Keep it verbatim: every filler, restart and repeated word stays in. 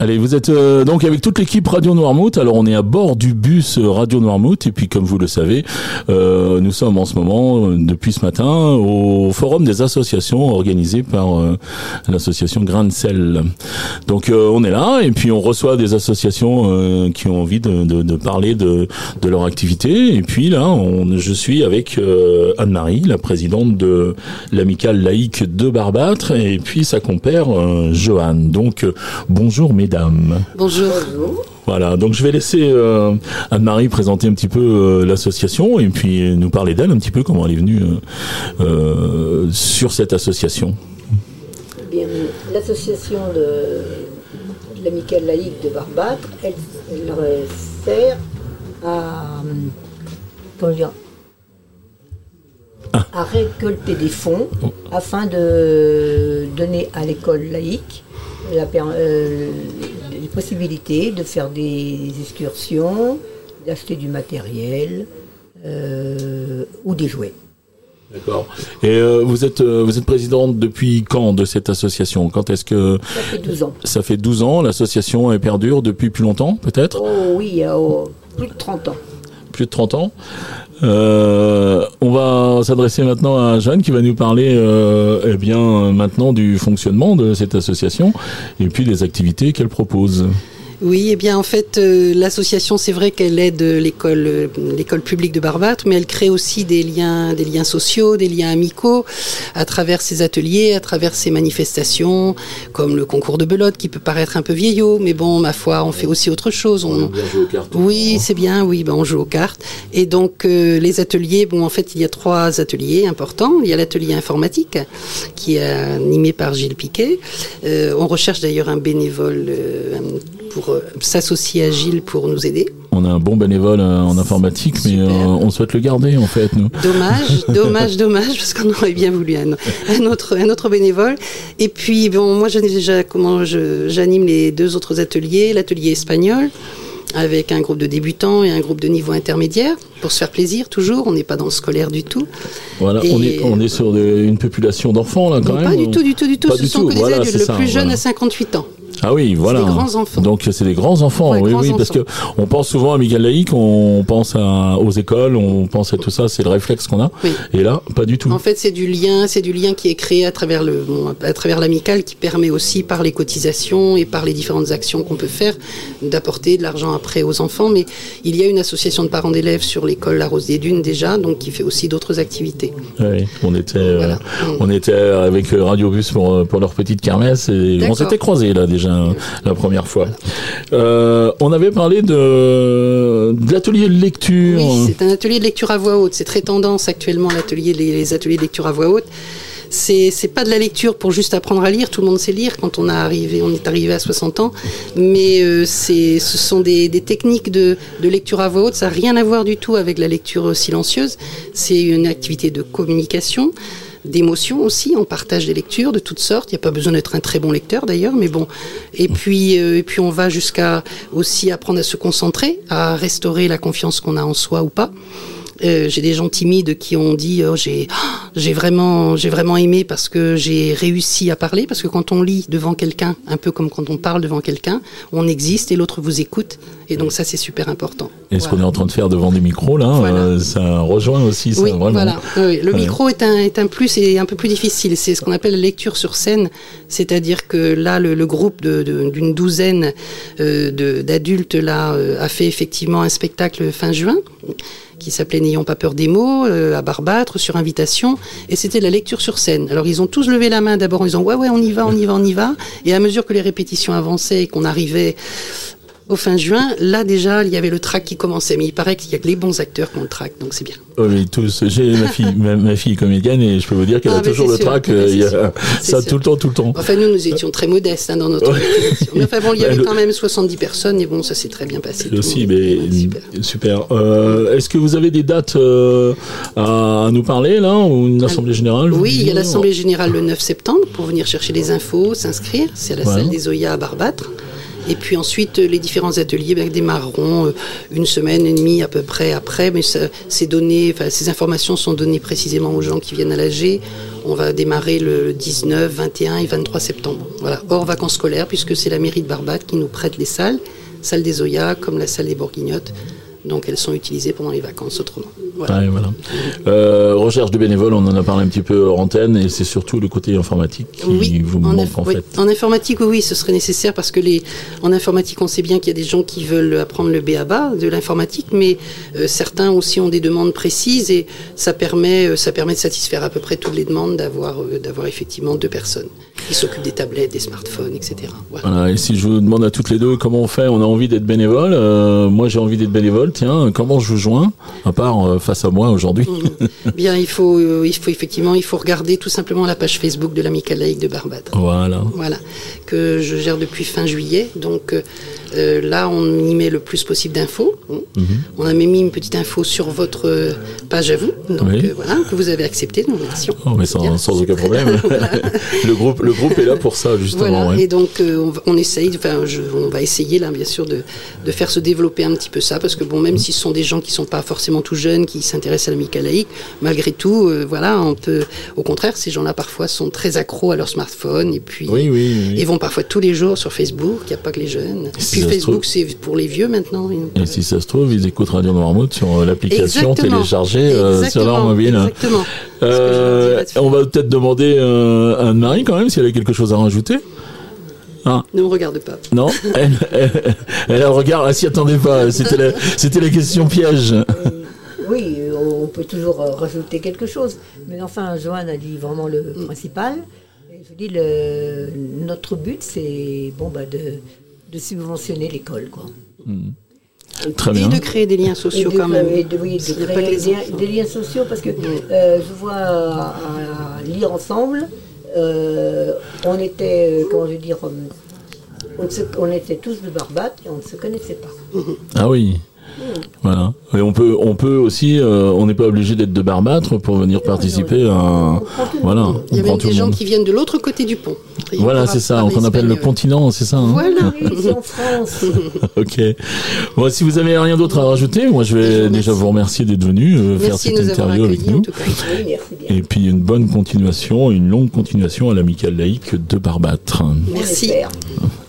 Allez, vous êtes euh, donc avec toute l'équipe Radio Noirmouth. Alors, on est à bord du bus Radio Noirmouth. Et puis, comme vous le savez, euh, nous sommes en ce moment, euh, depuis ce matin, au forum des associations organisé par euh, l'association Grain de Sel. Donc, euh, on est là et puis on reçoit des associations euh, qui ont envie de, de, de parler de, de leur activité. Et puis là, on, je suis avec euh, Anne-Marie, la présidente de l'amicale laïque de Barbâtre, et puis sa compère euh, Joanne. Donc, euh, bonjour mesdames. Bonjour. Voilà, donc je vais laisser euh, Anne-Marie présenter un petit peu euh, l'association et puis nous parler d'elle un petit peu, comment elle est venue euh, euh, sur cette association. Bien, l'association de, de l'amicale laïque de Barbâtre, elle, elle sert à, comment dire, ah. à récolter des fonds oh. afin de donner à l'école laïque la euh, les possibilités de faire des excursions, d'acheter du matériel euh, ou des jouets. D'accord. Et euh, vous êtes euh, vous êtes présidente depuis quand de cette association ? Quand est-ce que ça fait douze ans. Ça fait douze ans. L'association est perdure depuis plus longtemps, peut-être ? Oh oui, oh, plus de trente ans. Plus de trente ans. Euh, on va s'adresser maintenant à Jeanne qui va nous parler euh, eh bien maintenant du fonctionnement de cette association et puis des activités qu'elle propose. Oui, eh bien en fait, euh, l'association, c'est vrai qu'elle aide l'école, euh, l'école publique de Barbâtre, mais elle crée aussi des liens, des liens sociaux, des liens amicaux, à travers ses ateliers, à travers ses manifestations, comme le concours de belote qui peut paraître un peu vieillot, mais bon, ma foi, on fait aussi autre chose. On, on aime bien jouer aux cartes. Oui, c'est bien, oui, ben on joue aux cartes. Et donc euh, les ateliers, bon, en fait, il y a trois ateliers importants. Il y a l'atelier informatique qui est animé par Gilles Piquet. Euh, on recherche d'ailleurs un bénévole euh, pour s'associer à Gilles pour nous aider. On a un bon bénévole en informatique, mais euh, on souhaite le garder en fait, nous. Dommage, dommage, dommage, parce qu'on aurait bien voulu un, un autre, un autre bénévole. Et puis, bon, moi, j'ai déjà comment je, j'anime les deux autres ateliers, l'atelier espagnol, avec un groupe de débutants et un groupe de niveau intermédiaire, pour se faire plaisir toujours, on n'est pas dans le scolaire du tout. Voilà, et on est, on est sur de, une population d'enfants là quand non, même. Pas du tout, du tout, du tout, pas ce du sont tout. que des Voilà, adultes, le ça, plus jeune voilà. a cinquante-huit ans. Ah oui, voilà. C'est des grands enfants. Donc c'est des grands enfants, ouais, oui, grands oui, enfants. parce que on pense souvent à Miguel Laïc, on pense à, aux écoles, on pense à tout ça, c'est le réflexe qu'on a. Oui. Et là, pas du tout. En fait, c'est du lien, c'est du lien qui est créé à travers le, bon, à travers l'amicale, qui permet aussi par les cotisations et par les différentes actions qu'on peut faire d'apporter de l'argent après aux enfants. Mais il y a une association de parents d'élèves sur l'école La Rose des Dunes déjà, donc qui fait aussi d'autres activités. Oui, on était, voilà. euh, on était avec Radio Bus pour pour leur petite kermesse et D'accord. on s'était croisés là déjà mmh. la première fois. Voilà. Euh, on avait parlé de, de l'atelier de lecture. Oui, c'est un atelier de lecture à voix haute. C'est très tendance actuellement, l'atelier, les, les ateliers de lecture à voix haute. C'est, c'est pas de la lecture pour juste apprendre à lire. Tout le monde sait lire quand on a arrivé, on est arrivé à soixante ans. Mais euh, c'est, ce sont des, des techniques de, de lecture à voix haute. Ça n'a rien à voir du tout avec la lecture silencieuse. C'est une activité de communication, d'émotion aussi, on partage des lectures de toutes sortes, il n'y a pas besoin d'être un très bon lecteur d'ailleurs, mais bon, et puis, euh, et puis on va jusqu'à aussi apprendre à se concentrer, à restaurer la confiance qu'on a en soi ou pas. Euh, j'ai des gens timides qui ont dit oh, j'ai, oh, j'ai vraiment, j'ai vraiment aimé parce que j'ai réussi à parler, parce que quand on lit devant quelqu'un, un peu comme quand on parle devant quelqu'un, on existe et l'autre vous écoute, et donc ça c'est super important. Et voilà. Ce qu'on est en train de faire devant des micros là, voilà. euh, ça rejoint aussi ça oui, vraiment. Voilà. Oui, le ouais. micro est un, est un plus et un peu plus difficile, c'est ce qu'on appelle la lecture sur scène, c'est-à-dire que là le, le groupe de, de, d'une douzaine euh, de, d'adultes là euh, a fait effectivement un spectacle fin juin qui s'appelait N'ayons pas peur des mots, euh, à Barbâtre, sur invitation, et c'était la lecture sur scène. Alors ils ont tous levé la main d'abord en disant ouais ouais on y va, on y va, on y va, et à mesure que les répétitions avançaient et qu'on arrivait au fin juin, là déjà il y avait le track qui commençait, mais il paraît qu'il y a que les bons acteurs qui ont le track, donc c'est bien. Oui, tous. J'ai ma fille, ma, ma fille comédienne, et je peux vous dire qu'elle ah, a toujours le sûr, track. Il y a ça sûr. tout le temps, tout le temps. Enfin, nous, nous étions très modestes hein, dans notre création. Mais enfin bon, il y avait quand même soixante-dix personnes, et bon, ça s'est très bien passé. Aussi, mais super. super. Euh, est-ce que vous avez des dates euh, à nous parler là, ou une assemblée générale? Oui, il y a l'assemblée générale le neuf septembre pour venir chercher les infos, s'inscrire. C'est à la voilà. salle des Oyas à Barbâtre. Et puis ensuite, les différents ateliers ben, démarreront une semaine et demie à peu près après, mais ça, ces données, enfin, ces informations sont données précisément aux gens qui viennent à l'A G. On va démarrer le dix-neuf, vingt et un et vingt-trois septembre. Voilà, hors vacances scolaires, puisque c'est la mairie de Barbâtre qui nous prête les salles, salle des Oyas comme la salle des Bourguignottes. Donc elles sont utilisées pendant les vacances autrement. Voilà. Ouais, voilà. Euh, recherche de bénévoles, on en a parlé un petit peu hors antenne, et c'est surtout le côté informatique qui oui, vous en manque inf- en oui. fait. En informatique, oui, oui, ce serait nécessaire parce que les, en informatique, on sait bien qu'il y a des gens qui veulent apprendre le B A B A de l'informatique, mais euh, certains aussi ont des demandes précises et ça permet, euh, ça permet de satisfaire à peu près toutes les demandes d'avoir, euh, d'avoir effectivement deux personnes qui s'occupent des tablettes, des smartphones, et cetera. Voilà. Voilà, et si je vous demande à toutes les deux comment on fait, on a envie d'être bénévole, euh, moi j'ai envie d'être bénévole, tiens, comment je vous joins, à part euh, face à moi aujourd'hui? Mmh. Bien, il faut, euh, il faut effectivement, il faut regarder tout simplement la page Facebook de l'Amicale laïque de Barbâtre. Voilà. Voilà, que je gère depuis fin juillet. Donc euh, là, on y met le plus possible d'infos. Mmh. On a même mis une petite info sur votre page à vous, donc oui. euh, voilà, que vous avez accepté. Nous remercions. Oh, mais sans, sans aucun problème. Voilà. le groupe, le groupe est là pour ça justement. Voilà. Ouais. Et donc euh, on, va, on essaye, enfin, je, on va essayer là, bien sûr, de, de faire se développer un petit peu ça, parce que bon, même mmh. si ce sont des gens qui sont pas forcément tout jeunes, qui s'intéressent à l'Amicale laïque, malgré tout, euh, voilà, on peut. Au contraire, ces gens-là parfois sont très accros à leur smartphone et puis oui, oui, oui. ils vont parfois tous les jours sur Facebook. Il n'y a pas que les jeunes. Et si puis Facebook, c'est pour les vieux maintenant. Et si ça se trouve, ils écoutent Radio Noirmouth sur l'application exactement. téléchargée euh, sur leur mobile. Exactement. Euh, on va peut-être demander euh, à Anne-Marie quand même si elle a quelque chose à rajouter. Ah. Ne me regarde pas. Non, elle, elle, elle regarde, elle s'y attendait pas. C'était la, c'était la question piège. Euh, oui, on peut toujours rajouter quelque chose. Mais enfin, Joanne a dit vraiment le mm. principal. Et je dis, le, notre but, c'est bon, bah, de, de subventionner l'école, quoi. Mm. Et, Très et bien. de créer des liens sociaux de, quand même. Et de, oui, de créer des liens, des liens sociaux, parce que mm. euh, je vois à, à lire ensemble. Euh, on était, euh, comment je veux dire, on, se, on était tous de Barbâtre et on ne se connaissait pas. Ah oui. Mmh. Voilà. Et on peut, on peut aussi, euh, on n'est pas obligé d'être de Barbâtre pour venir non, participer non, à. Voilà. Il y a même des gens qui viennent de l'autre côté du pont. Voilà, c'est ça. Qu'on appelle le continent, c'est ça. Hein voilà. Oui, c'est en France. Ok. Bon, si vous avez rien d'autre à rajouter, moi je vais je déjà vous remercier d'être venu euh, faire cette interview avec nous. Oui, merci bien. Et puis une bonne continuation, une longue continuation à l'Amicale laïque de Barbâtre. Merci.